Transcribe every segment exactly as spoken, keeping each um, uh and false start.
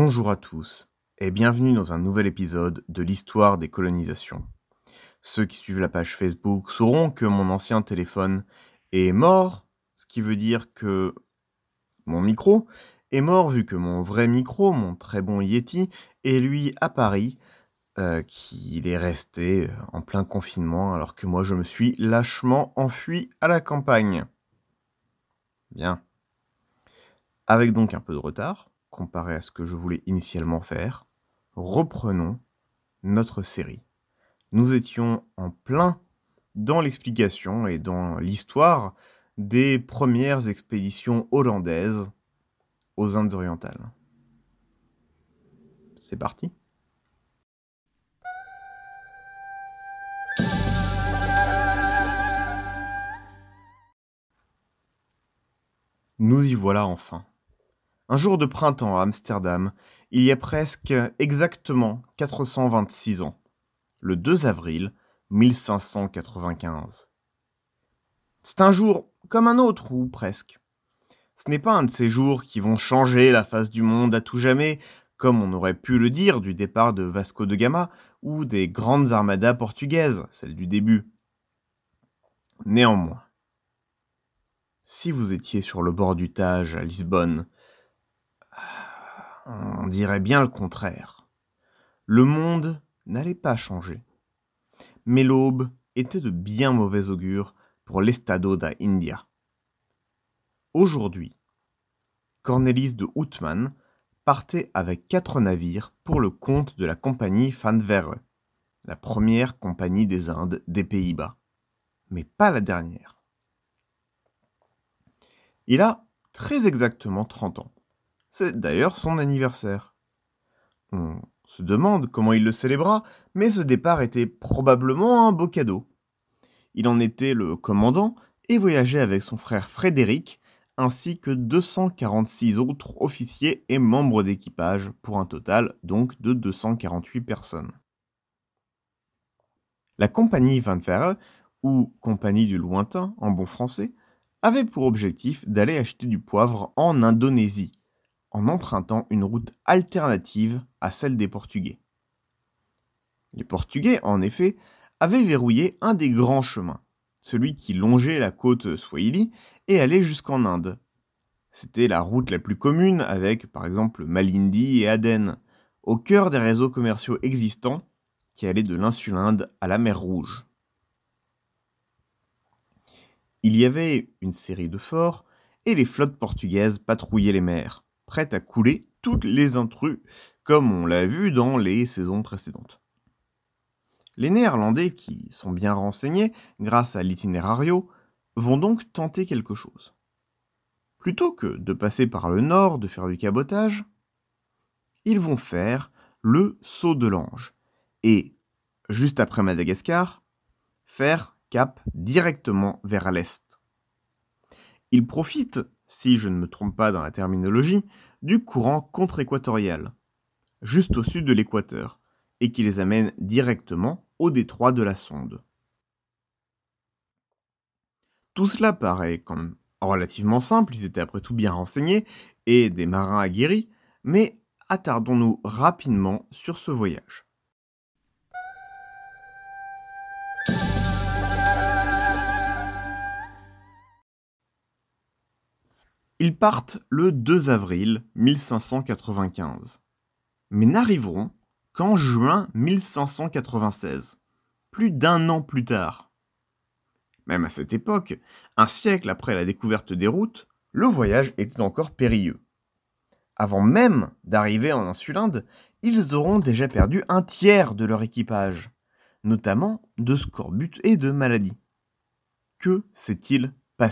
Bonjour à tous et bienvenue dans un nouvel épisode de l'histoire des colonisations. Ceux qui suivent la page Facebook sauront que mon ancien téléphone est mort, ce qui veut dire que mon micro est mort vu que mon vrai micro, mon très bon Yeti, est lui à Paris, euh, qu'il est resté en plein confinement alors que moi je me suis lâchement enfui à la campagne. Bien. Avec donc un peu de retard, comparé à ce que je voulais initialement faire, reprenons notre série. Nous étions en plein dans l'explication et dans l'histoire des premières expéditions hollandaises aux Indes orientales. C'est parti. Nous y voilà enfin. Un jour de printemps à Amsterdam, il y a presque exactement quatre cent vingt-six ans, le deux avril mille cinq cent quatre-vingt-quinze. C'est un jour comme un autre, ou presque. Ce n'est pas un de ces jours qui vont changer la face du monde à tout jamais, comme on aurait pu le dire du départ de Vasco de Gama ou des grandes armadas portugaises, celles du début. Néanmoins, si vous étiez sur le bord du Tage à Lisbonne, on dirait bien le contraire. Le monde n'allait pas changer. Mais l'aube était de bien mauvais augure pour l'Estado da India. Aujourd'hui, Cornelis de Houtman partait avec quatre navires pour le compte de la compagnie Van Verre, la première compagnie des Indes des Pays-Bas, mais pas la dernière. Il a très exactement trente ans. C'est d'ailleurs son anniversaire. On se demande comment il le célébra, mais ce départ était probablement un beau cadeau. Il en était le commandant et voyageait avec son frère Frédéric, ainsi que deux cent quarante-six autres officiers et membres d'équipage, pour un total donc de deux cent quarante-huit personnes. La compagnie Van Verre, ou compagnie du lointain en bon français, avait pour objectif d'aller acheter du poivre en Indonésie, en empruntant une route alternative à celle des Portugais. Les Portugais, en effet, avaient verrouillé un des grands chemins, celui qui longeait la côte Swahili et allait jusqu'en Inde. C'était la route la plus commune avec, par exemple, Malindi et Aden, au cœur des réseaux commerciaux existants qui allaient de l'insule Inde à la mer Rouge. Il y avait une série de forts et les flottes portugaises patrouillaient les mers, prêtes à couler toutes les intrus, comme on l'a vu dans les saisons précédentes. Les Néerlandais, qui sont bien renseignés grâce à l'itinérario, vont donc tenter quelque chose. Plutôt que de passer par le nord, de faire du cabotage, ils vont faire le saut de l'ange et, juste après Madagascar, faire cap directement vers l'est. Ils profitent, si je ne me trompe pas dans la terminologie, du courant contre-équatorial, juste au sud de l'équateur, et qui les amène directement au détroit de la Sonde. Tout cela paraît quand même relativement simple, ils étaient après tout bien renseignés et des marins aguerris, mais attardons-nous rapidement sur ce voyage. Ils partent le deux avril mille cinq cent quatre-vingt-quinze, mais n'arriveront qu'en juin mille cinq cent quatre-vingt-seize, plus d'un an plus tard. Même à cette époque, un siècle après la découverte des routes, le voyage était encore périlleux. Avant même d'arriver en insule Inde, ils auront déjà perdu un tiers de leur équipage, notamment de scorbut et de maladies. Que s'est-il passé ?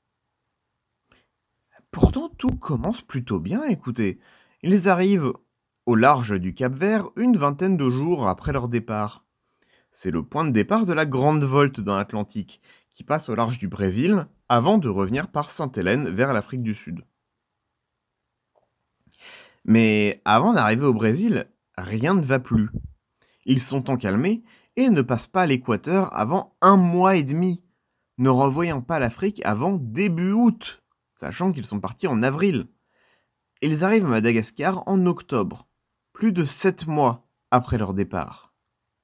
Pourtant, tout commence plutôt bien, écoutez. Ils arrivent au large du Cap-Vert une vingtaine de jours après leur départ. C'est le point de départ de la Grande Volte dans l'Atlantique, qui passe au large du Brésil avant de revenir par Sainte-Hélène vers l'Afrique du Sud. Mais avant d'arriver au Brésil, rien ne va plus. Ils sont encalmés et ne passent pas l'équateur avant un mois et demi, ne revoyant pas l'Afrique avant début août, sachant qu'ils sont partis en avril. Ils arrivent à Madagascar en octobre, plus de sept mois après leur départ.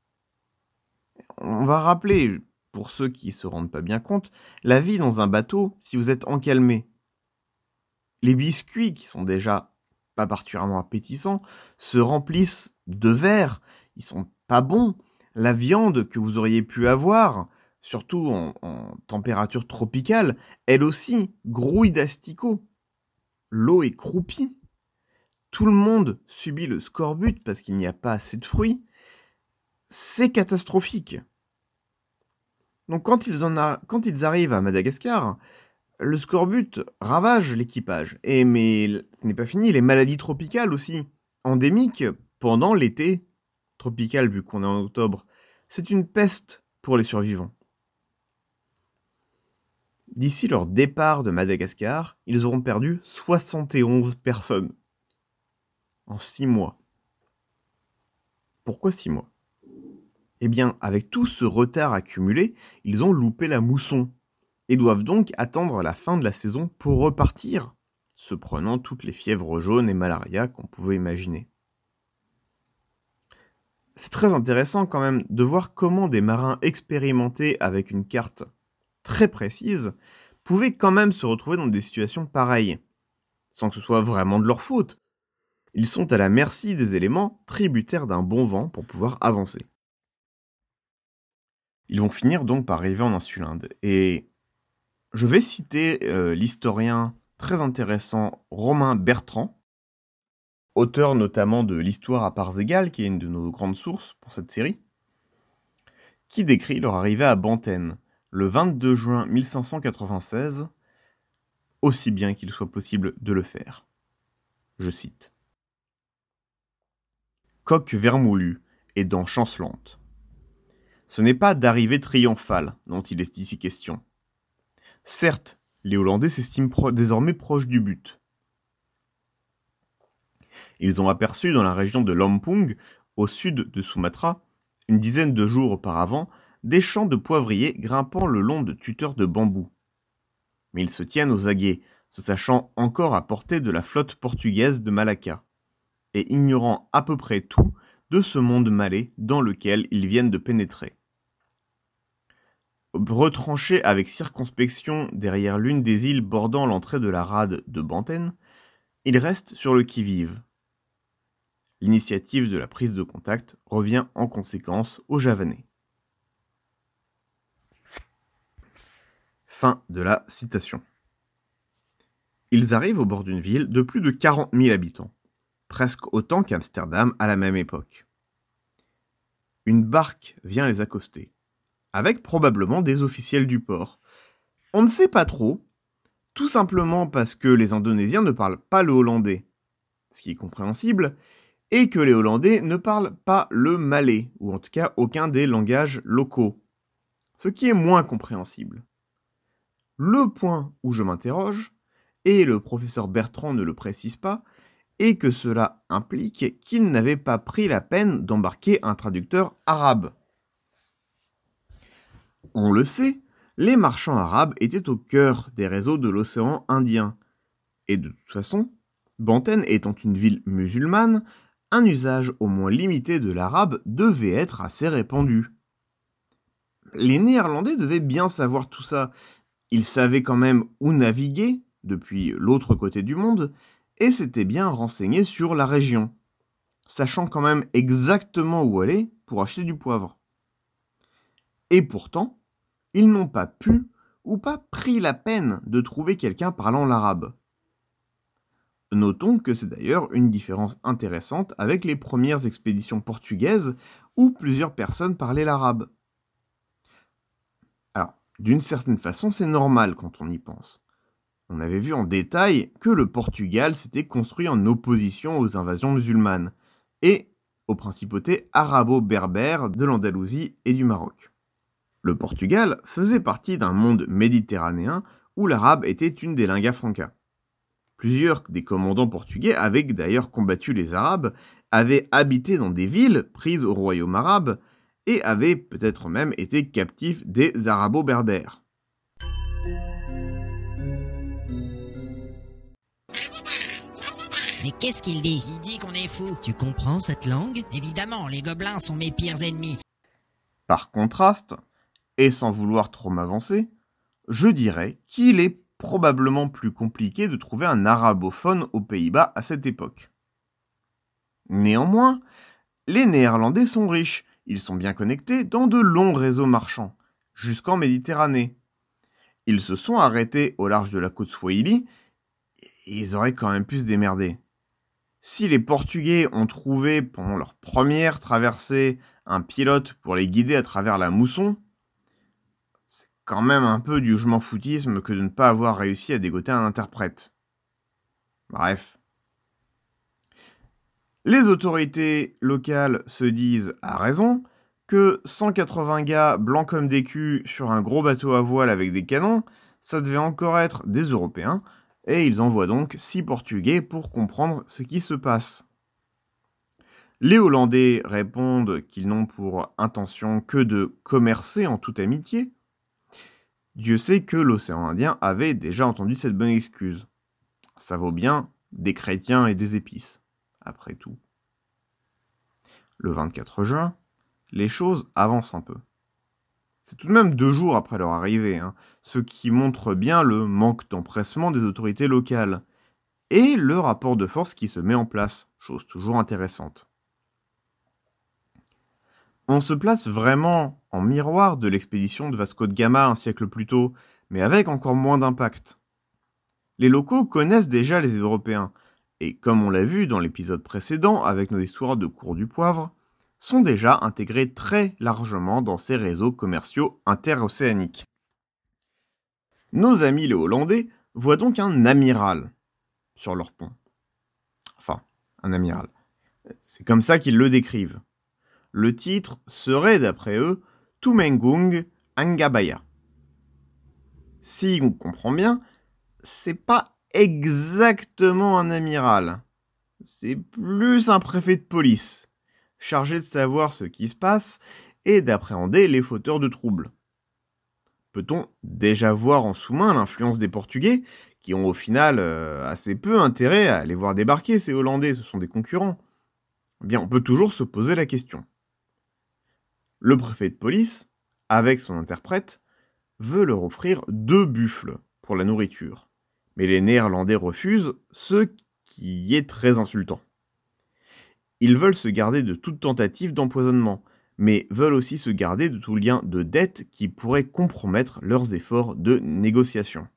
On va rappeler, pour ceux qui se rendent pas bien compte, la vie dans un bateau si vous êtes encalmé. Les biscuits, qui sont déjà pas particulièrement appétissants, se remplissent de verre, ils sont pas bons. La viande que vous auriez pu avoir, surtout en, en température tropicale, elle aussi grouille d'asticots. L'eau est croupie. Tout le monde subit le scorbut parce qu'il n'y a pas assez de fruits. C'est catastrophique. Donc quand ils, en a, quand ils arrivent à Madagascar, le scorbut ravage l'équipage. Et mais ce n'est pas fini, les maladies tropicales aussi, endémiques pendant l'été tropical vu qu'on est en octobre. C'est une peste pour les survivants. D'ici leur départ de Madagascar, ils auront perdu soixante et onze personnes en six mois. Pourquoi six mois ? Eh bien, avec tout ce retard accumulé, ils ont loupé la mousson et doivent donc attendre la fin de la saison pour repartir, se prenant toutes les fièvres jaunes et malaria qu'on pouvait imaginer. C'est très intéressant quand même de voir comment des marins expérimentés avec une carte très précise pouvaient quand même se retrouver dans des situations pareilles, sans que ce soit vraiment de leur faute. Ils sont à la merci des éléments tributaires d'un bon vent pour pouvoir avancer. Ils vont finir donc par arriver en Insulinde. Et je vais citer euh, l'historien très intéressant Romain Bertrand, auteur notamment de l'Histoire à parts égales, qui est une de nos grandes sources pour cette série, qui décrit leur arrivée à Bantène, le vingt-deux juin mille cinq cent quatre-vingt-seize, aussi bien qu'il soit possible de le faire. Je cite. Coque vermoulue et dents chancelantes. Ce n'est pas d'arrivée triomphale dont il est ici question. Certes, les Hollandais s'estiment pro- désormais proches du but. Ils ont aperçu dans la région de Lampung, au sud de Sumatra, une dizaine de jours auparavant, des champs de poivriers grimpant le long de tuteurs de bambou. Mais ils se tiennent aux aguets, se sachant encore à portée de la flotte portugaise de Malacca, et ignorant à peu près tout de ce monde malais dans lequel ils viennent de pénétrer. Retranchés avec circonspection derrière l'une des îles bordant l'entrée de la rade de Bantène, ils restent sur le qui-vive. L'initiative de la prise de contact revient en conséquence aux Javanais. Fin de la citation. Ils arrivent au bord d'une ville de plus de quarante mille habitants, presque autant qu'Amsterdam à la même époque. Une barque vient les accoster, avec probablement des officiels du port. On ne sait pas trop, tout simplement parce que les Indonésiens ne parlent pas le hollandais, ce qui est compréhensible, et que les Hollandais ne parlent pas le malais, ou en tout cas aucun des langages locaux, ce qui est moins compréhensible. Le point où je m'interroge, et le professeur Bertrand ne le précise pas, est que cela implique qu'ils n'avaient pas pris la peine d'embarquer un traducteur arabe. On le sait, les marchands arabes étaient au cœur des réseaux de l'océan Indien. Et de toute façon, Bantène étant une ville musulmane, un usage au moins limité de l'arabe devait être assez répandu. Les Néerlandais devaient bien savoir tout ça. Ils savaient quand même où naviguer, depuis l'autre côté du monde, et s'étaient bien renseignés sur la région, sachant quand même exactement où aller pour acheter du poivre. Et pourtant, ils n'ont pas pu ou pas pris la peine de trouver quelqu'un parlant l'arabe. Notons que c'est d'ailleurs une différence intéressante avec les premières expéditions portugaises où plusieurs personnes parlaient l'arabe. Alors, d'une certaine façon, c'est normal quand on y pense. On avait vu en détail que le Portugal s'était construit en opposition aux invasions musulmanes et aux principautés arabo-berbères de l'Andalousie et du Maroc. Le Portugal faisait partie d'un monde méditerranéen où l'arabe était une des lingua franca. Plusieurs des commandants portugais avaient d'ailleurs combattu les Arabes, avaient habité dans des villes prises au royaume arabe et avaient peut-être même été captifs des arabo-berbères. Mais qu'est-ce qu'il dit? Il dit qu'on est fou. Tu comprends cette langue? Évidemment, les gobelins sont mes pires ennemis. Par contraste, et sans vouloir trop m'avancer, je dirais qu'il est probablement plus compliqué de trouver un arabophone aux Pays-Bas à cette époque. Néanmoins, les Néerlandais sont riches, ils sont bien connectés dans de longs réseaux marchands, jusqu'en Méditerranée. Ils se sont arrêtés au large de la côte Swahili, et ils auraient quand même pu se démerder. Si les Portugais ont trouvé pendant leur première traversée un pilote pour les guider à travers la mousson, c'est quand même un peu du je m'en foutisme que de ne pas avoir réussi à dégoter un interprète. Bref. Les autorités locales se disent, à raison, que cent quatre-vingts gars blancs comme des culs sur un gros bateau à voile avec des canons, ça devait encore être des Européens, et ils envoient donc six Portugais pour comprendre ce qui se passe. Les Hollandais répondent qu'ils n'ont pour intention que de commercer en toute amitié. Dieu sait que l'océan Indien avait déjà entendu cette bonne excuse. Ça vaut bien des chrétiens et des épices, après tout. Le vingt-quatre juin, les choses avancent un peu. C'est tout de même deux jours après leur arrivée, hein, ce qui montre bien le manque d'empressement des autorités locales, et le rapport de force qui se met en place, chose toujours intéressante. On se place vraiment en miroir de l'expédition de Vasco de Gama un siècle plus tôt, mais avec encore moins d'impact. Les locaux connaissent déjà les Européens, et comme on l'a vu dans l'épisode précédent avec nos histoires de cours du poivre, sont déjà intégrés très largement dans ces réseaux commerciaux interocéaniques. Nos amis les Hollandais voient donc un amiral sur leur pont. Enfin, un amiral. C'est comme ça qu'ils le décrivent. Le titre serait, d'après eux, Tumenggung Angabaya. Si on comprend bien, c'est pas exactement un amiral. C'est plus un préfet de police, chargé de savoir ce qui se passe et d'appréhender les fauteurs de troubles. Peut-on déjà voir en sous-main l'influence des Portugais, qui ont au final euh, assez peu intérêt à les voir débarquer, ces Hollandais, ce sont des concurrents? Eh bien, on peut toujours se poser la question. Le préfet de police, avec son interprète, veut leur offrir deux buffles pour la nourriture. Mais les Néerlandais refusent, ce qui est très insultant. Ils veulent se garder de toute tentative d'empoisonnement, mais veulent aussi se garder de tout lien de dette qui pourrait compromettre leurs efforts de négociation.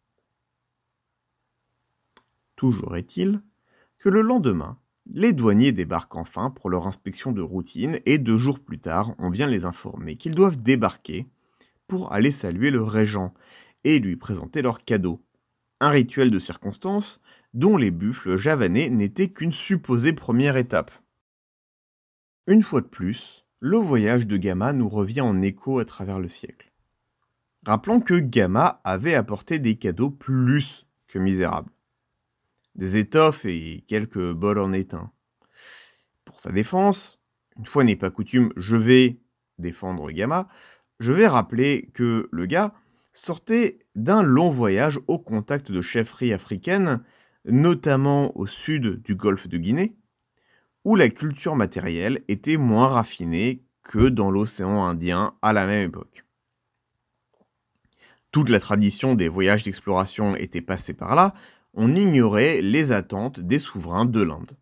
Toujours est-il que le lendemain, les douaniers débarquent enfin pour leur inspection de routine et deux jours plus tard, on vient les informer qu'ils doivent débarquer pour aller saluer le régent et lui présenter leurs cadeaux. Un rituel de circonstance dont les buffles javanais n'étaient qu'une supposée première étape. Une fois de plus, le voyage de Gama nous revient en écho à travers le siècle. Rappelons que Gama avait apporté des cadeaux plus que misérables. Des étoffes et quelques bols en étain. Pour sa défense, une fois n'est pas coutume, je vais défendre Gama, je vais rappeler que le gars sortait d'un long voyage au contact de chefferies africaines, notamment au sud du golfe de Guinée, où la culture matérielle était moins raffinée que dans l'océan Indien à la même époque. Toute la tradition des voyages d'exploration était passée par là, on ignorait les attentes des souverains de l'Inde.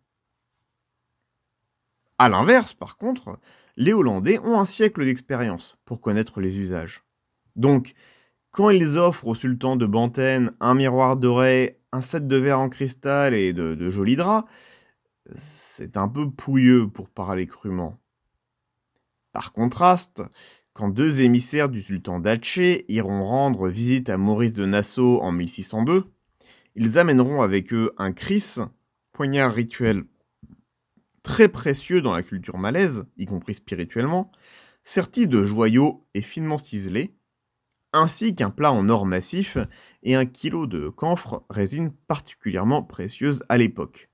A l'inverse, par contre, les Hollandais ont un siècle d'expérience pour connaître les usages. Donc, quand ils offrent au sultan de Banten un miroir doré, un set de verre en cristal et de, de jolis draps, c'est un peu pouilleux pour parler crûment. Par contraste, quand deux émissaires du sultan d'Aceh iront rendre visite à Maurice de Nassau en mille six cent deux, ils amèneront avec eux un kris, poignard rituel très précieux dans la culture malaise, y compris spirituellement, serti de joyaux et finement ciselés, ainsi qu'un plat en or massif et un kilo de camphre, résine particulièrement précieuse à l'époque.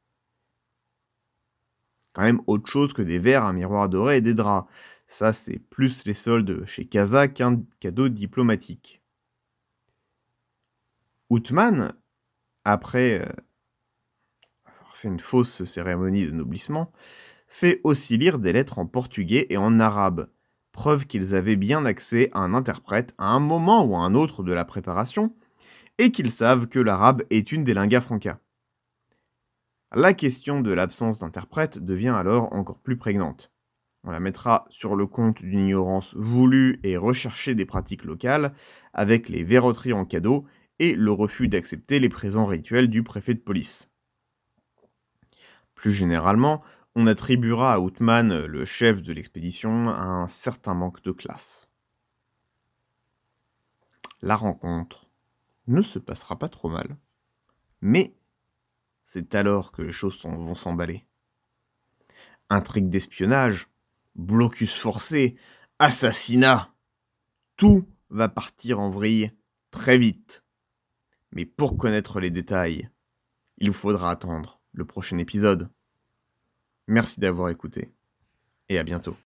Quand même autre chose que des verres, un miroir doré et des draps. Ça, c'est plus les soldes chez Casa qu'un cadeau diplomatique. Othman, après fait une fausse cérémonie de noblissement, fait aussi lire des lettres en portugais et en arabe, preuve qu'ils avaient bien accès à un interprète à un moment ou à un autre de la préparation, et qu'ils savent que l'arabe est une des lingas francas. La question de l'absence d'interprète devient alors encore plus prégnante. On la mettra sur le compte d'une ignorance voulue et recherchée des pratiques locales, avec les verroteries en cadeau et le refus d'accepter les présents rituels du préfet de police. Plus généralement, on attribuera à Outman, le chef de l'expédition, un certain manque de classe. La rencontre ne se passera pas trop mal, mais c'est alors que les choses sont- vont s'emballer. Intrigue d'espionnage, blocus forcé, assassinat, tout va partir en vrille très vite. Mais pour connaître les détails, il vous faudra attendre le prochain épisode. Merci d'avoir écouté, et à bientôt.